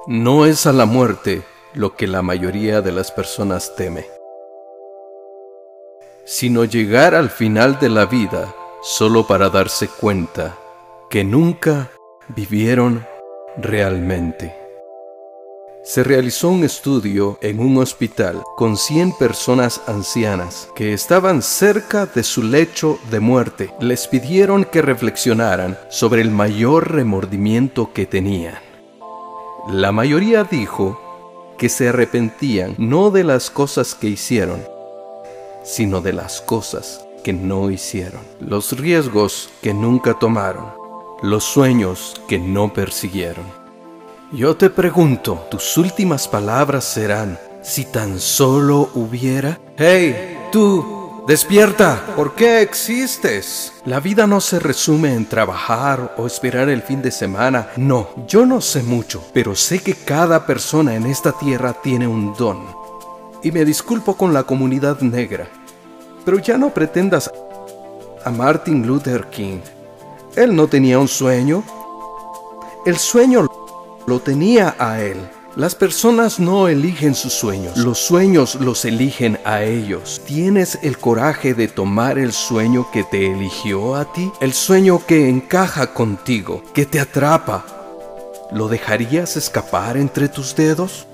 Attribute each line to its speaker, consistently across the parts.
Speaker 1: No es a la muerte lo que la mayoría de las personas teme, sino llegar al final de la vida solo para darse cuenta que nunca vivieron realmente. Se realizó un estudio en un hospital con 100 personas ancianas que estaban cerca de su lecho de muerte. Les pidieron que reflexionaran sobre el mayor remordimiento que tenían. La mayoría dijo que se arrepentían no de las cosas que hicieron, sino de las cosas que no hicieron, los riesgos que nunca tomaron, los sueños que no persiguieron. Yo te pregunto, ¿tus últimas palabras serán, si tan solo hubiera? ¡Hey, tú! ¡Despierta! ¿Por qué existes? La vida no se resume en trabajar o esperar el fin de semana. No, yo no sé mucho, pero sé que cada persona en esta tierra tiene un don. Y me disculpo con la comunidad negra, pero ya no pretendas a Martin Luther King. Él no tenía un sueño. El sueño lo tenía a él. Las personas no eligen sus sueños, los sueños los eligen a ellos. ¿Tienes el coraje de tomar el sueño que te eligió a ti? El sueño que encaja contigo, que te atrapa. ¿Lo dejarías escapar entre tus dedos?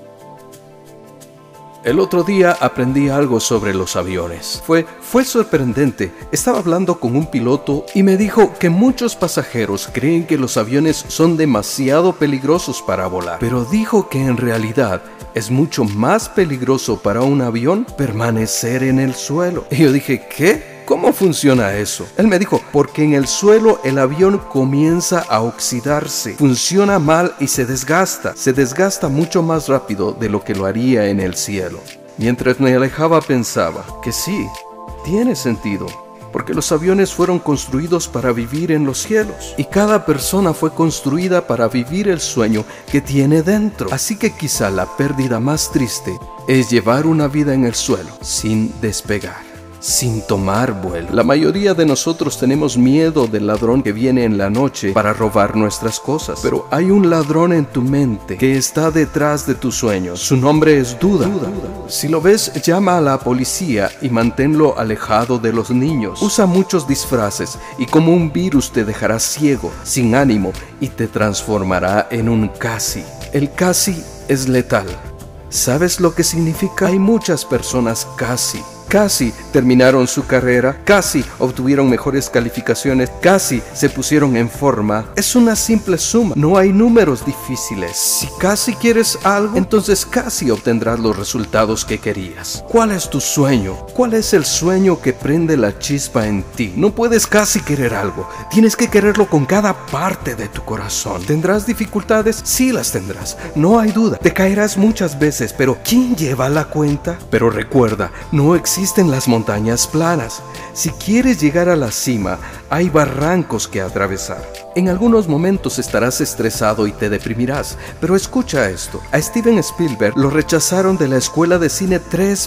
Speaker 1: El otro día aprendí algo sobre los aviones. Fue sorprendente. Estaba hablando con un piloto y me dijo que muchos pasajeros creen que los aviones son demasiado peligrosos para volar. Pero dijo que en realidad es mucho más peligroso para un avión permanecer en el suelo. Y yo dije, ¿qué? ¿Cómo funciona eso? Él me dijo, porque en el suelo el avión comienza a oxidarse, funciona mal y se desgasta mucho más rápido de lo que lo haría en el cielo. Mientras me alejaba pensaba que sí, tiene sentido, porque los aviones fueron construidos para vivir en los cielos y cada persona fue construida para vivir el sueño que tiene dentro. Así que quizá la pérdida más triste es llevar una vida en el suelo sin despegar, sin tomar vuelo. La mayoría de nosotros tenemos miedo del ladrón que viene en la noche para robar nuestras cosas. Pero hay un ladrón en tu mente que está detrás de tus sueños. Su nombre es duda. Si lo ves, llama a la policía y manténlo alejado de los niños. Usa muchos disfraces y como un virus te dejará ciego, sin ánimo y te transformará en un casi. El casi es letal. ¿Sabes lo que significa? Hay muchas personas casi terminaron su carrera, casi obtuvieron mejores calificaciones, casi se pusieron en forma. Es una simple suma, no hay números difíciles. Si casi quieres algo, entonces casi obtendrás los resultados que querías. ¿Cuál es tu sueño? ¿Cuál es el sueño que prende la chispa en ti? No puedes casi querer algo, tienes que quererlo con cada parte de tu corazón. ¿Tendrás dificultades? Sí las tendrás, no hay duda. Te caerás muchas veces, pero ¿quién lleva la cuenta? Pero recuerda, no existen las montañas planas. Si quieres llegar a la cima, hay barrancos que atravesar. En algunos momentos estarás estresado y te deprimirás, pero escucha esto. A Steven Spielberg lo rechazaron de la escuela de cine 3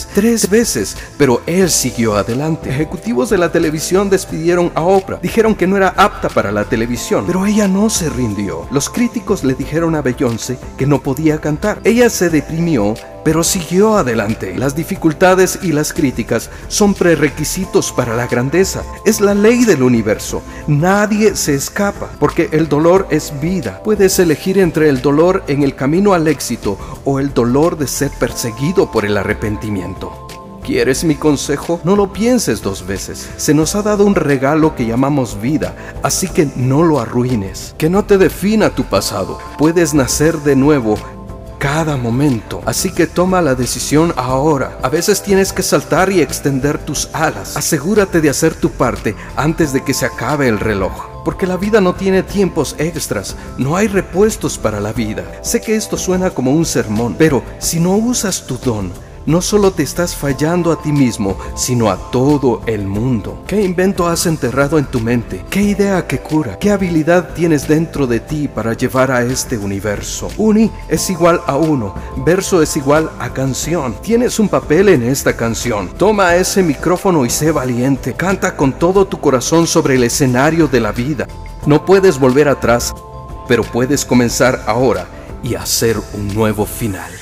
Speaker 1: veces, pero él siguió adelante. Ejecutivos de la televisión despidieron a Oprah, dijeron que no era apta para la televisión, pero ella no se rindió. Los críticos le dijeron a Beyoncé que no podía cantar. Ella se deprimió, pero siguió adelante. Las dificultades y las críticas son prerequisitos para la grandeza. Es la ley del universo. Nadie se escapa, porque el dolor es vida. Puedes elegir entre el dolor en el camino al éxito o el dolor de ser perseguido por el arrepentimiento. ¿Quieres mi consejo? No lo pienses 2 veces. Se nos ha dado un regalo que llamamos vida, así que no lo arruines. Que no te defina tu pasado. Puedes nacer de nuevo cada momento, así que toma la decisión ahora. A veces tienes que saltar y extender tus alas. Asegúrate de hacer tu parte antes de que se acabe el reloj, porque la vida no tiene tiempos extras, no hay repuestos para la vida. Sé que esto suena como un sermón, pero si no usas tu don, no solo te estás fallando a ti mismo, sino a todo el mundo. ¿Qué invento has enterrado en tu mente? ¿Qué idea que cura? ¿Qué habilidad tienes dentro de ti para llevar a este universo? Uni es igual a 1, verso es igual a canción. Tienes un papel en esta canción. Toma ese micrófono y sé valiente. Canta con todo tu corazón sobre el escenario de la vida. No puedes volver atrás, pero puedes comenzar ahora y hacer un nuevo final.